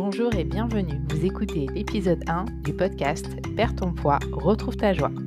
Bonjour et bienvenue, vous écoutez l'épisode 1 du podcast Perds ton poids, retrouve ta joie.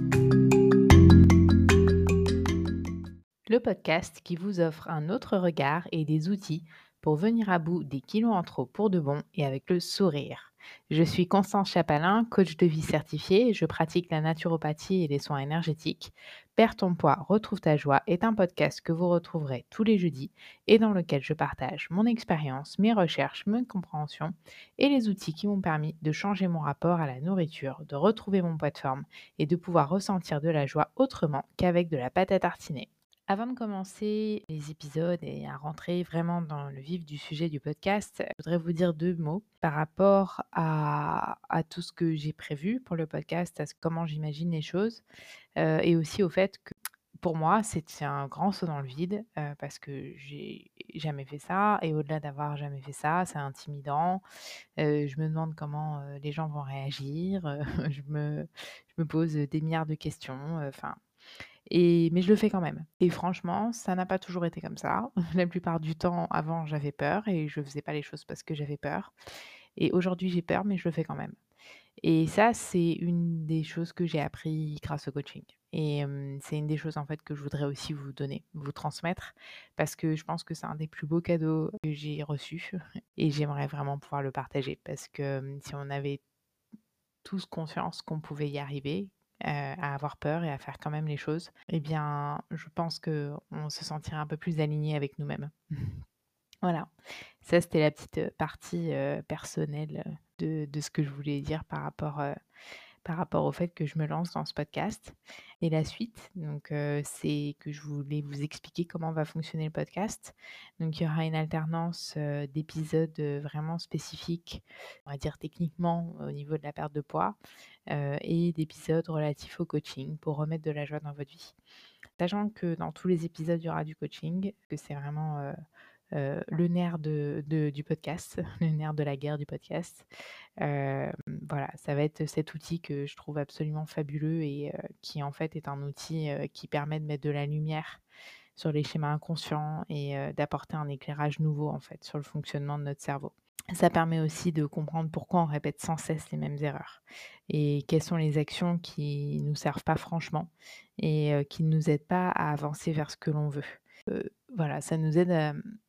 Le podcast qui vous offre un autre regard et des outils pour venir à bout des kilos en trop pour de bon et avec le sourire. Je suis Constance Chapalin, coach de vie certifiée, je pratique la naturopathie et les soins énergétiques. Perds ton poids, retrouve ta joie est un podcast que vous retrouverez tous les jeudis et dans lequel je partage mon expérience, mes recherches, mes compréhensions et les outils qui m'ont permis de changer mon rapport à la nourriture, de retrouver mon poids de forme et de pouvoir ressentir de la joie autrement qu'avec de la pâte à tartiner. Avant de commencer les épisodes et à rentrer vraiment dans le vif du sujet du podcast, je voudrais vous dire 2 mots par rapport à tout ce que j'ai prévu pour le podcast, à comment j'imagine les choses, et aussi au fait que pour moi, c'est un grand saut dans le vide, parce que j'ai jamais fait ça et au-delà d'avoir jamais fait ça, c'est intimidant. Je me demande comment, les gens vont réagir, je me pose, des milliards de questions, mais je le fais quand même et franchement, ça n'a pas toujours été comme ça. La plupart du temps, avant, j'avais peur et je faisais pas les choses parce que j'avais peur et aujourd'hui, j'ai peur, mais je le fais quand même et ça, c'est une des choses que j'ai appris grâce au coaching et c'est une des choses, en fait, que je voudrais aussi vous donner, vous transmettre parce que je pense que c'est un des plus beaux cadeaux que j'ai reçus et j'aimerais vraiment pouvoir le partager parce que, si on avait tous conscience qu'on pouvait y arriver, à avoir peur et à faire quand même les choses, eh bien, je pense qu'on se sentirait un peu plus aligné avec nous-mêmes. Voilà, ça c'était la petite, partie, personnelle, de ce que je voulais dire par rapport au fait que je me lance dans ce podcast et la suite, donc c'est que je voulais vous expliquer comment va fonctionner le podcast. Donc il y aura une alternance, d'épisodes, vraiment spécifiques, on va dire techniquement au niveau de la perte de poids, et d'épisodes relatifs au coaching pour remettre de la joie dans votre vie. Sachant que dans tous les épisodes, il y aura du coaching, que c'est vraiment, le nerf du podcast, le nerf de la guerre du podcast. Hem, voilà, ça va être cet outil que je trouve absolument fabuleux et qui en fait est un outil, qui permet de mettre de la lumière sur les schémas inconscients et d'apporter un éclairage nouveau en fait sur le fonctionnement de notre cerveau. Ça permet aussi de comprendre pourquoi on répète sans cesse les mêmes erreurs et quelles sont les actions qui nous servent pas franchement et qui ne nous aident pas à avancer vers ce que l'on veut. Voilà, ça nous aide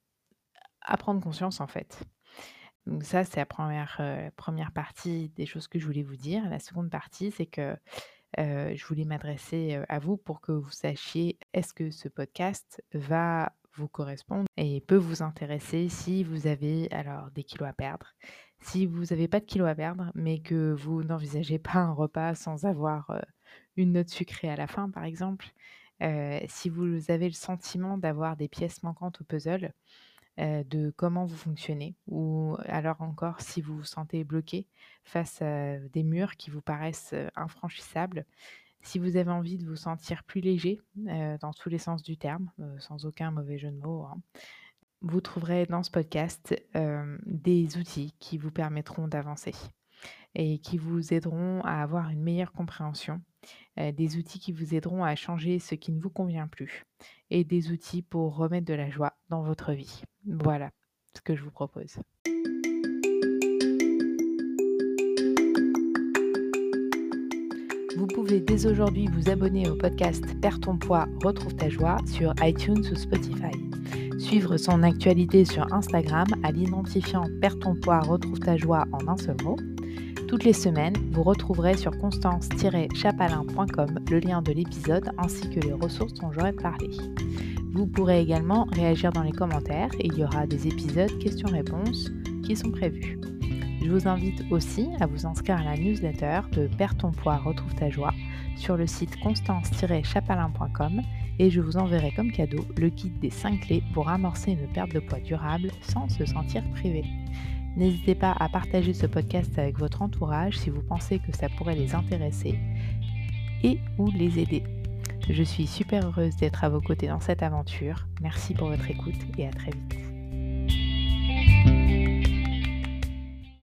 à prendre conscience en fait. Donc ça, c'est la première partie des choses que je voulais vous dire. La seconde partie, c'est que, je voulais m'adresser, à vous pour que vous sachiez est-ce que ce podcast va vous correspondre et peut vous intéresser si vous avez alors des kilos à perdre. Si vous n'avez pas de kilos à perdre, mais que vous n'envisagez pas un repas sans avoir, une note sucrée à la fin, par exemple. Si vous avez le sentiment d'avoir des pièces manquantes au puzzle, de comment vous fonctionnez ou alors encore si vous vous sentez bloqué face à des murs qui vous paraissent, infranchissables. Si vous avez envie de vous sentir plus léger, dans tous les sens du terme, sans aucun mauvais jeu de mots, hein, vous trouverez dans ce podcast, des outils qui vous permettront d'avancer et qui vous aideront à avoir une meilleure compréhension, des outils qui vous aideront à changer ce qui ne vous convient plus et des outils pour remettre de la joie dans votre vie. Voilà ce que je vous propose. Vous pouvez dès aujourd'hui vous abonner au podcast Perds ton poids, retrouve ta joie sur iTunes ou Spotify. Suivre son actualité sur Instagram à l'identifiant Perds ton poids, retrouve ta joie en un seul mot. Toutes les semaines, vous retrouverez sur constance-chapalin.com le lien de l'épisode ainsi que les ressources dont j'aurai parlé. Vous pourrez également réagir dans les commentaires et il y aura des épisodes questions-réponses qui sont prévus. Je vous invite aussi à vous inscrire à la newsletter de Perds ton poids, retrouve ta joie sur le site constance-chapalin.com et je vous enverrai comme cadeau le guide des 5 clés pour amorcer une perte de poids durable sans se sentir privé. N'hésitez pas à partager ce podcast avec votre entourage si vous pensez que ça pourrait les intéresser et ou les aider. Je suis super heureuse d'être à vos côtés dans cette aventure. Merci pour votre écoute et à très vite.